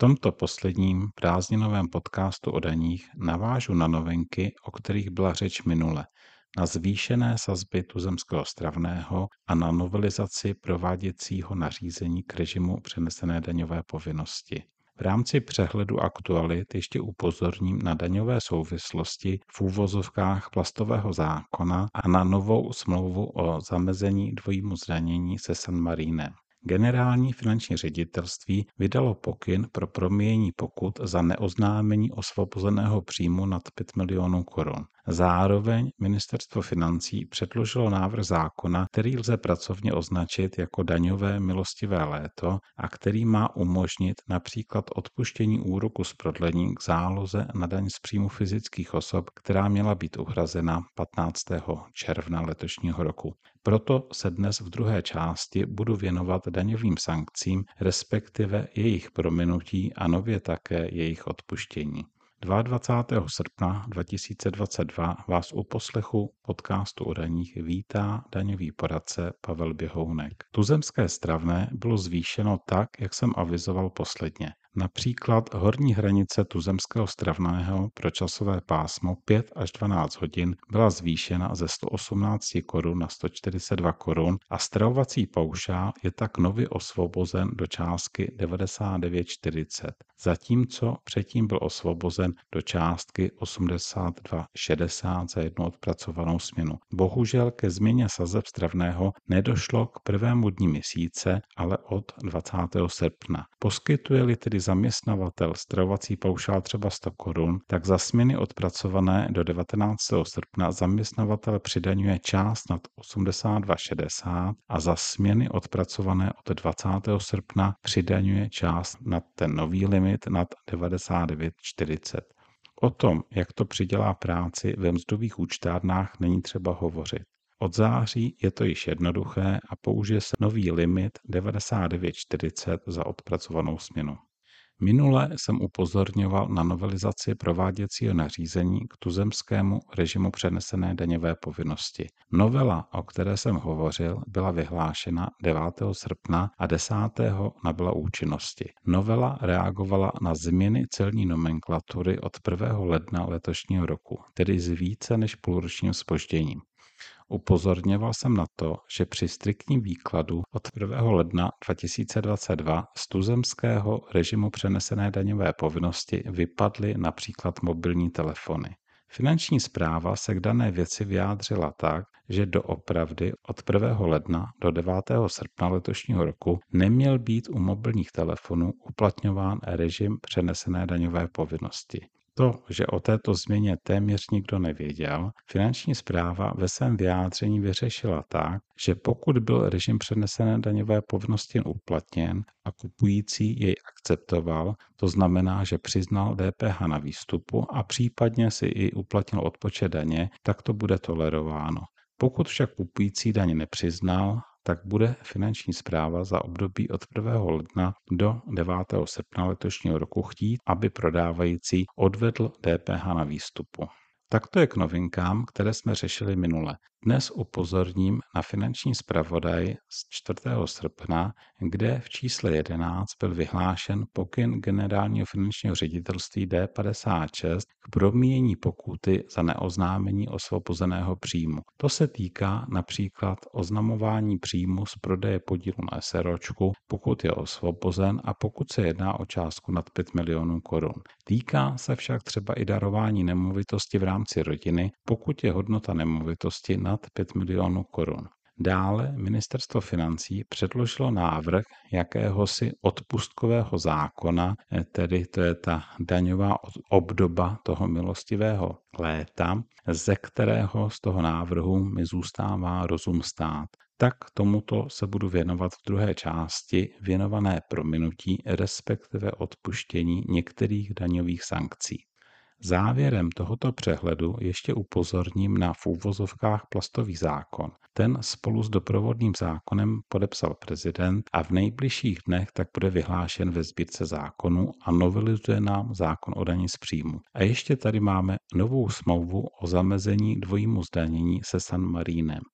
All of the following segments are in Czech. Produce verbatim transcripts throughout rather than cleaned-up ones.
tomto posledním prázdninovém podcastu o daních navážu na novinky, o kterých byla řeč minule, na zvýšené sazby tuzemského stravného a na novelizaci prováděcího nařízení k režimu přenesené daňové povinnosti. V rámci přehledu aktualit ještě upozorním na daňové souvislosti v úvozovkách plastového zákona a na novou smlouvu o zamezení dvojímu zdanění se San Marinem. Generální finanční ředitelství vydalo pokyn pro promíjení pokut za neoznámení osvobozeného příjmu nad pět milionů korun. Zároveň ministerstvo financí předložilo návrh zákona, který lze pracovně označit jako daňové milostivé léto a který má umožnit například odpuštění úroku z prodlení k záloze na daň z příjmu fyzických osob, která měla být uhrazena patnáctého června letošního roku. Proto se dnes v druhé části budu věnovat daňovým sankcím, respektive jejich prominutí a nově také jejich odpuštění. dvacátého druhého srpna dva tisíce dvacet dva vás u poslechu podcastu o daních vítá daňový poradce Pavel Běhounek. Tuzemské stravné bylo zvýšeno tak, jak jsem avizoval posledně. Například horní hranice tuzemského stravného pro časové pásmo pět až dvanáct hodin byla zvýšena ze sto osmnáct korun na sto čtyřicet dva korun a stravovací paušál je tak nově osvobozen do částky devadesát devět čtyřicet, zatímco předtím byl osvobozen do částky osmdesát dva šedesát za jednu odpracovanou směnu. Bohužel ke změně sazeb stravného nedošlo k prvému dni měsíce, ale od dvacátého srpna. Poskytuje-li tedy zaměstnavatel stravovací paušál třeba sto korun, tak za směny odpracované do devatenáctého srpna zaměstnavatel přidaňuje část nad osmdesát dva šedesát a za směny odpracované od dvacátého srpna přidaňuje část nad ten nový limit nad devadesát devět čtyřicet. O tom, jak to přidělá práci ve mzdových účtárnách, není třeba hovořit. Od září je to již jednoduché a použije se nový limit devadesát devět čtyřicet za odpracovanou směnu. Minule jsem upozorňoval na novelizaci prováděcího nařízení k tuzemskému režimu přenesené daňové povinnosti. Novela, o které jsem hovořil, byla vyhlášena devátého srpna a desátého nabyla účinnosti. Novela reagovala na změny celní nomenklatury od prvního ledna letošního roku, tedy s více než půlročním zpožděním. Upozorňoval jsem na to, že při striktním výkladu od prvního ledna dva tisíce dvacet dva z tuzemského režimu přenesené daňové povinnosti vypadly například mobilní telefony. Finanční správa se k dané věci vyjádřila tak, že doopravdy od prvního ledna do devátého srpna letošního roku neměl být u mobilních telefonů uplatňován režim přenesené daňové povinnosti. To, že o této změně téměř nikdo nevěděl, finanční správa ve svém vyjádření vyřešila tak, že pokud byl režim přenesené daňové povinnosti uplatněn a kupující jej akceptoval, to znamená, že přiznal D P H na výstupu a případně si i uplatnil odpočet daně, tak to bude tolerováno. Pokud však kupující daň nepřiznal, tak bude finanční správa za období od prvního ledna do devátého srpna letošního roku chtít, aby prodávající odvedl D P H na výstupu. Tak to je k novinkám, které jsme řešili minule. Dnes upozorním na finanční zpravodaj z čtvrtého srpna, kde v čísle jedenáct byl vyhlášen pokyn generálního finančního ředitelství D padesát šest k promíjení pokuty za neoznámení osvobozeného příjmu. To se týká například oznamování příjmu z prodeje podílu na SROčku, pokud je osvobozen a pokud se jedná o částku nad pět milionů korun. Týká se však třeba i darování nemovitosti v rámci rodiny, pokud je hodnota nemovitosti nad pět milionů korun. Dále ministerstvo financí předložilo návrh jakéhosi odpustkového zákona, tedy to je ta daňová obdoba toho milostivého léta, ze kterého z toho návrhu mi zůstává rozum stát. Tak tomuto se budu věnovat v druhé části věnované prominutí, respektive odpuštění některých daňových sankcí. Závěrem tohoto přehledu ještě upozorním na v úvozovkách plastový zákon. Ten spolu s doprovodným zákonem podepsal prezident a v nejbližších dnech tak bude vyhlášen ve sbírce zákonů a novelizuje nám zákon o dani z příjmu. A ještě tady máme novou smlouvu o zamezení dvojímu zdanění se San Marinem.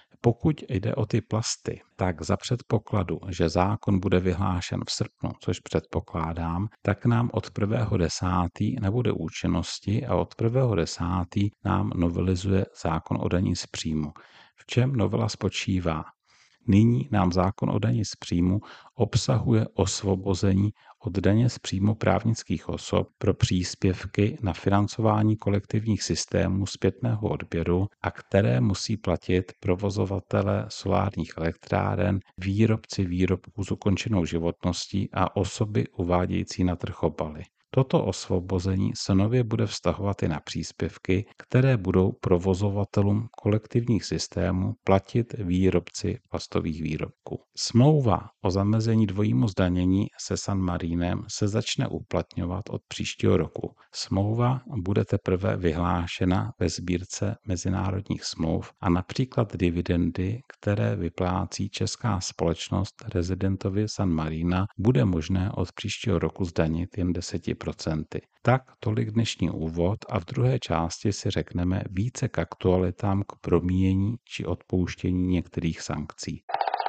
Pokud jde o ty plasty, tak za předpokladu, že zákon bude vyhlášen v srpnu, což předpokládám, tak nám od prvního desátého nabude účinnosti a od prvního desátého nám novelizuje zákon o dani z příjmu. V čem novela spočívá? Nyní nám zákon o dani z příjmu obsahuje osvobození od daně z příjmu právnických osob pro příspěvky na financování kolektivních systémů zpětného odběru, a které musí platit provozovatelé solárních elektráren, výrobci výrobků s ukončenou životností a osoby uvádějící na trh obaly. Toto osvobození se nově bude vztahovat i na příspěvky, které budou provozovatelům kolektivních systémů platit výrobci plastových výrobků. Smlouva o zamezení dvojímu zdanění se San Marinem se začne uplatňovat od příštího roku. Smlouva bude teprve vyhlášena ve sbírce mezinárodních smluv a například dividendy, které vyplácí česká společnost rezidentovi San Marina, bude možné od příštího roku zdanit jen deset procent. Tak tolik dnešní úvod a v druhé části si řekneme více k aktualitám k promíjení či odpouštění některých sankcí.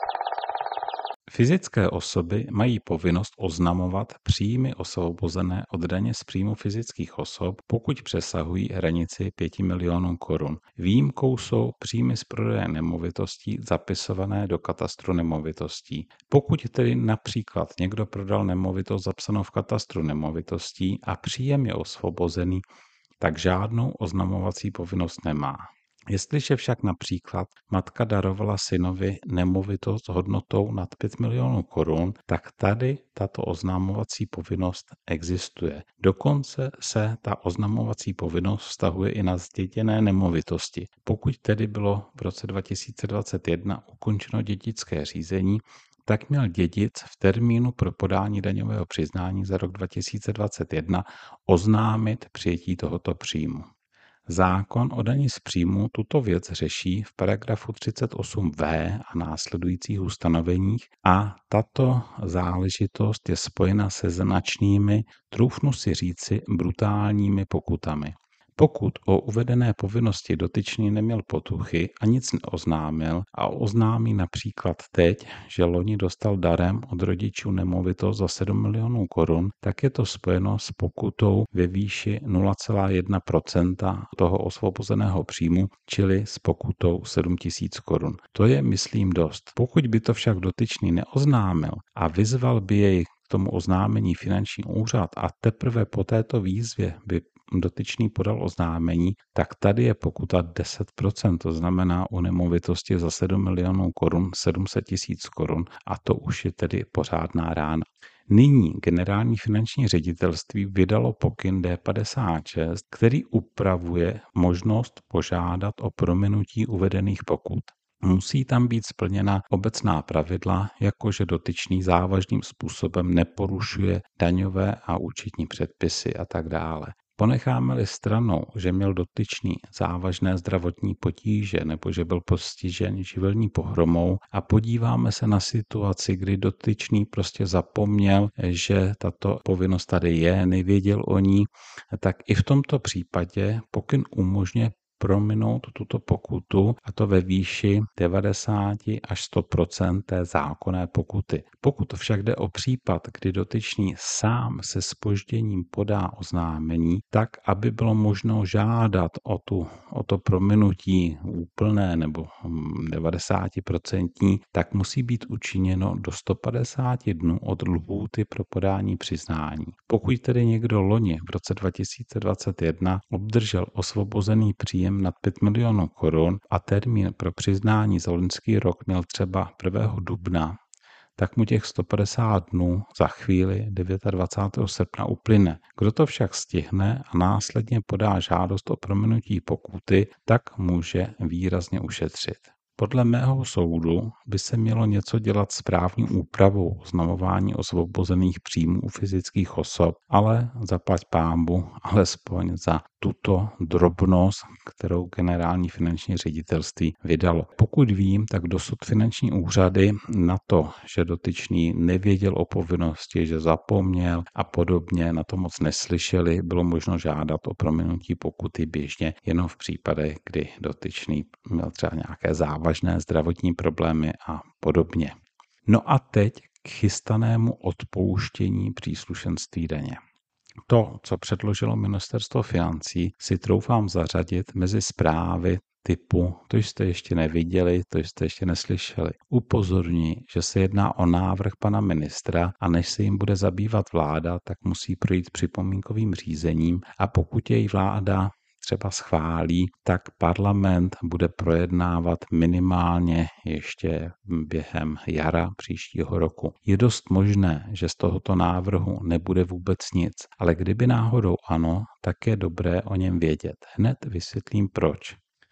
Fyzické osoby mají povinnost oznamovat příjmy osvobozené od daně z příjmu fyzických osob, pokud přesahují hranici pět milionů korun. Výjimkou jsou příjmy z prodeje nemovitostí zapisované do katastru nemovitostí. Pokud tedy například někdo prodal nemovitost zapsanou v katastru nemovitostí a příjem je osvobozený, tak žádnou oznamovací povinnost nemá. Jestliže však například matka darovala synovi nemovitost hodnotou nad pět milionů korun, tak tady tato oznamovací povinnost existuje. Dokonce se ta oznamovací povinnost vztahuje i na zděděné nemovitosti. Pokud tedy bylo v roce dva tisíce dvacet jedna ukončeno dědické řízení, tak měl dědic v termínu pro podání daňového přiznání za rok dva tisíce dvacet jedna oznámit přijetí tohoto příjmu. Zákon o dani z příjmu tuto věc řeší v paragrafu třicet osm vé a následujících ustanoveních a tato záležitost je spojena se značnými, troufnu si říci, brutálními pokutami. Pokud o uvedené povinnosti dotyčný neměl potuchy a nic neoznámil a oznámí například teď, že loni dostal darem od rodičů nemovitost za sedm milionů korun, tak je to spojeno s pokutou ve výši nula celá jedna procenta toho osvobozeného příjmu, čili s pokutou sedm tisíc korun. To je, myslím, dost. Pokud by to však dotyčný neoznámil a vyzval by jej k tomu oznámení finanční úřad a teprve po této výzvě by dotyčný podal oznámení, tak tady je pokuta deset procent, to znamená u nemovitosti za sedm milionů korun sedm set tisíc korun a to už je tedy pořádná rána. Nyní generální finanční ředitelství vydalo pokyn D padesát šest, který upravuje možnost požádat o prominutí uvedených pokut. Musí tam být splněna obecná pravidla, jakože dotyčný závažným způsobem neporušuje daňové a účetní předpisy a tak dále. Ponecháme-li stranou, že měl dotyčný závažné zdravotní potíže nebo že byl postižen živelní pohromou a podíváme se na situaci, kdy dotyčný prostě zapomněl, že tato povinnost tady je, nevěděl o ní, tak i v tomto případě pokyn umožňuje prominout tuto pokutu a to ve výši devadesát až sto procent té zákonné pokuty. Pokud však jde o případ, kdy dotyčný sám se zpožděním podá oznámení, tak aby bylo možno žádat o, tu, o to prominutí úplné nebo devadesát procent, tak musí být učiněno do sto padesát dnů od lhůty pro podání přiznání. Pokud tedy někdo loni v roce dva tisíce dvacet jedna obdržel osvobozený příjem nad pět milionů korun a termín pro přiznání za loňský rok měl třeba prvního dubna, tak mu těch sto padesát dnů za chvíli dvacátého devátého srpna uplyne. Kdo to však stihne a následně podá žádost o prominutí pokuty, tak může výrazně ušetřit. Podle mého soudu by se mělo něco dělat s právní úpravou oznamování osvobozených příjmů u fyzických osob, ale zaplať pánbu alespoň za tuto drobnost, kterou generální finanční ředitelství vydalo. Pokud vím, tak dosud finanční úřady na to, že dotyčný nevěděl o povinnosti, že zapomněl a podobně, na to moc neslyšeli, bylo možno žádat o prominutí pokuty běžně jenom v případech, kdy dotyčný měl třeba nějaké závažné závažné zdravotní problémy a podobně. No a teď k chystanému odpouštění příslušenství daně. To, co předložilo Ministerstvo financí, si troufám zařadit mezi zprávy typu to jste ještě neviděli, to jste ještě neslyšeli. Upozorňuji, že se jedná o návrh pana ministra a než se jim bude zabývat vláda, tak musí projít připomínkovým řízením a pokud jej vláda třeba schválí, tak parlament bude projednávat minimálně ještě během jara příštího roku. Je dost možné, že z tohoto návrhu nebude vůbec nic, ale kdyby náhodou ano, tak je dobré o něm vědět. Hned vysvětlím proč.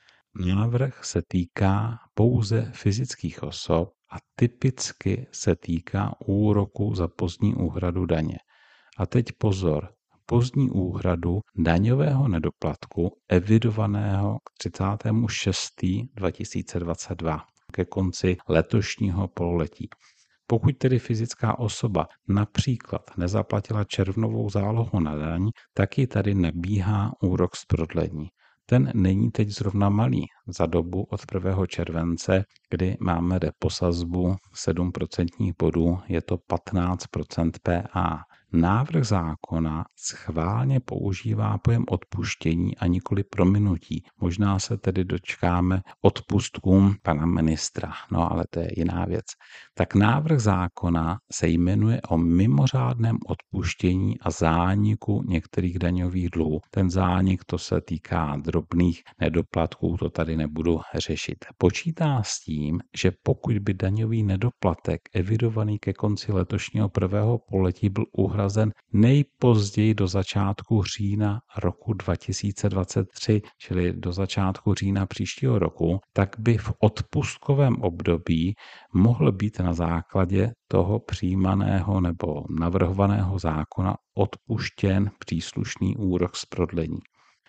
Návrh se týká pouze fyzických osob a typicky se týká úroku za pozdní úhradu daně. A teď pozor, pozdní úhradu daňového nedoplatku evidovaného k třicátého šestého dva tisíce dvacet dva, ke konci letošního pololetí. Pokud tedy fyzická osoba například nezaplatila červnovou zálohu na daň, tak ji tady nabíhá úrok z prodlení. Ten není teď zrovna malý za dobu od prvního července, kdy máme reposazbu sedm procentních bodů, je to patnáct procent P A. Návrh zákona schválně používá pojem odpuštění a nikoli prominutí. Možná se tedy dočkáme odpustkům pana ministra, no ale to je jiná věc. Tak návrh zákona se jmenuje o mimořádném odpuštění a zániku některých daňových dluhů. Ten zánik to se týká drobných nedoplatků, to tady nebudu řešit. Počítá s tím, že pokud by daňový nedoplatek evidovaný ke konci letošního prvého pololetí byl uhrazen nejpozději do začátku října roku dva tisíce dvacet tři, čili do začátku října příštího roku, tak by v odpustkovém období mohl být na základě toho přijímaného nebo navrhovaného zákona odpuštěn příslušný úrok z prodlení.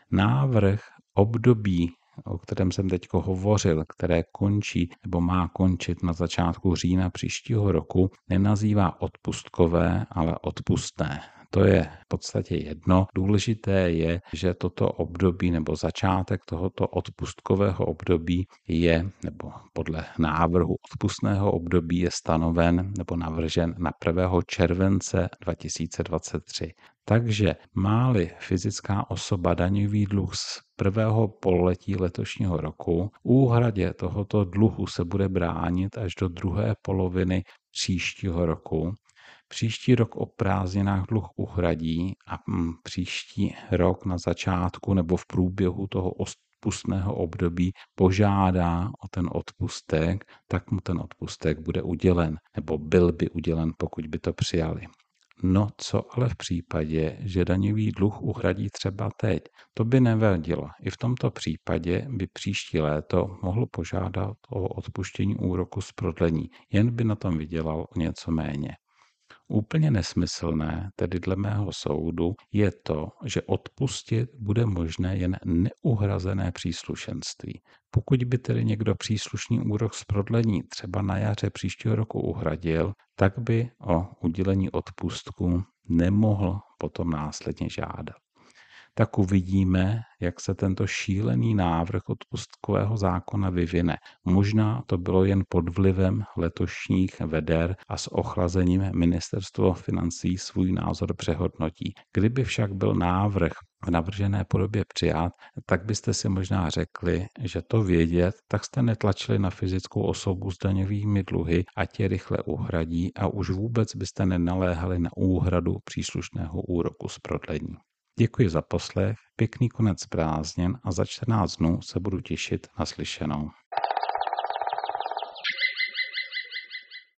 Návrh období, o kterém jsem teď hovořil, které končí nebo má končit na začátku října příštího roku, nenazývá odpustkové, ale odpustné. To je v podstatě jedno. Důležité je, že toto období nebo začátek tohoto odpustkového období je, nebo podle návrhu odpustného období je stanoven nebo navržen na prvního července dva tisíce dvacet tři. Takže má-li fyzická osoba daňový dluh z prvého pololetí letošního roku, úhradě tohoto dluhu se bude bránit až do druhé poloviny příštího roku. Příští rok o prázdninách dluh uhradí a příští rok na začátku nebo v průběhu toho odpustného období požádá o ten odpustek, tak mu ten odpustek bude udělen nebo byl by udělen, pokud by to přijali. No co ale v případě, že daňový dluh uhradí třeba teď? To by nevadilo. I v tomto případě by příští léto mohl požádat o odpuštění úroku z prodlení, jen by na tom vydělal o něco méně. Úplně nesmyslné, tedy dle mého soudu, je to, že odpustit bude možné jen neuhrazené příslušenství. Pokud by tedy někdo příslušný úrok z prodlení třeba na jaře příštího roku uhradil, tak by o udělení odpustku nemohl potom následně žádat. Tak uvidíme, jak se tento šílený návrh odpustkového zákona vyvine. Možná to bylo jen pod vlivem letošních veder a s ochlazením Ministerstvo financí svůj názor přehodnotí. Kdyby však byl návrh v navržené podobě přijat, tak byste si možná řekli, že to vědět, tak jste netlačili na fyzickou osobu s daňovými dluhy, ať je rychle uhradí a už vůbec byste nenaléhali na úhradu příslušného úroku z prodlení. Děkuji za poslech, pěkný konec prázdnin a za čtrnáct dnů se budu těšit na slyšenou.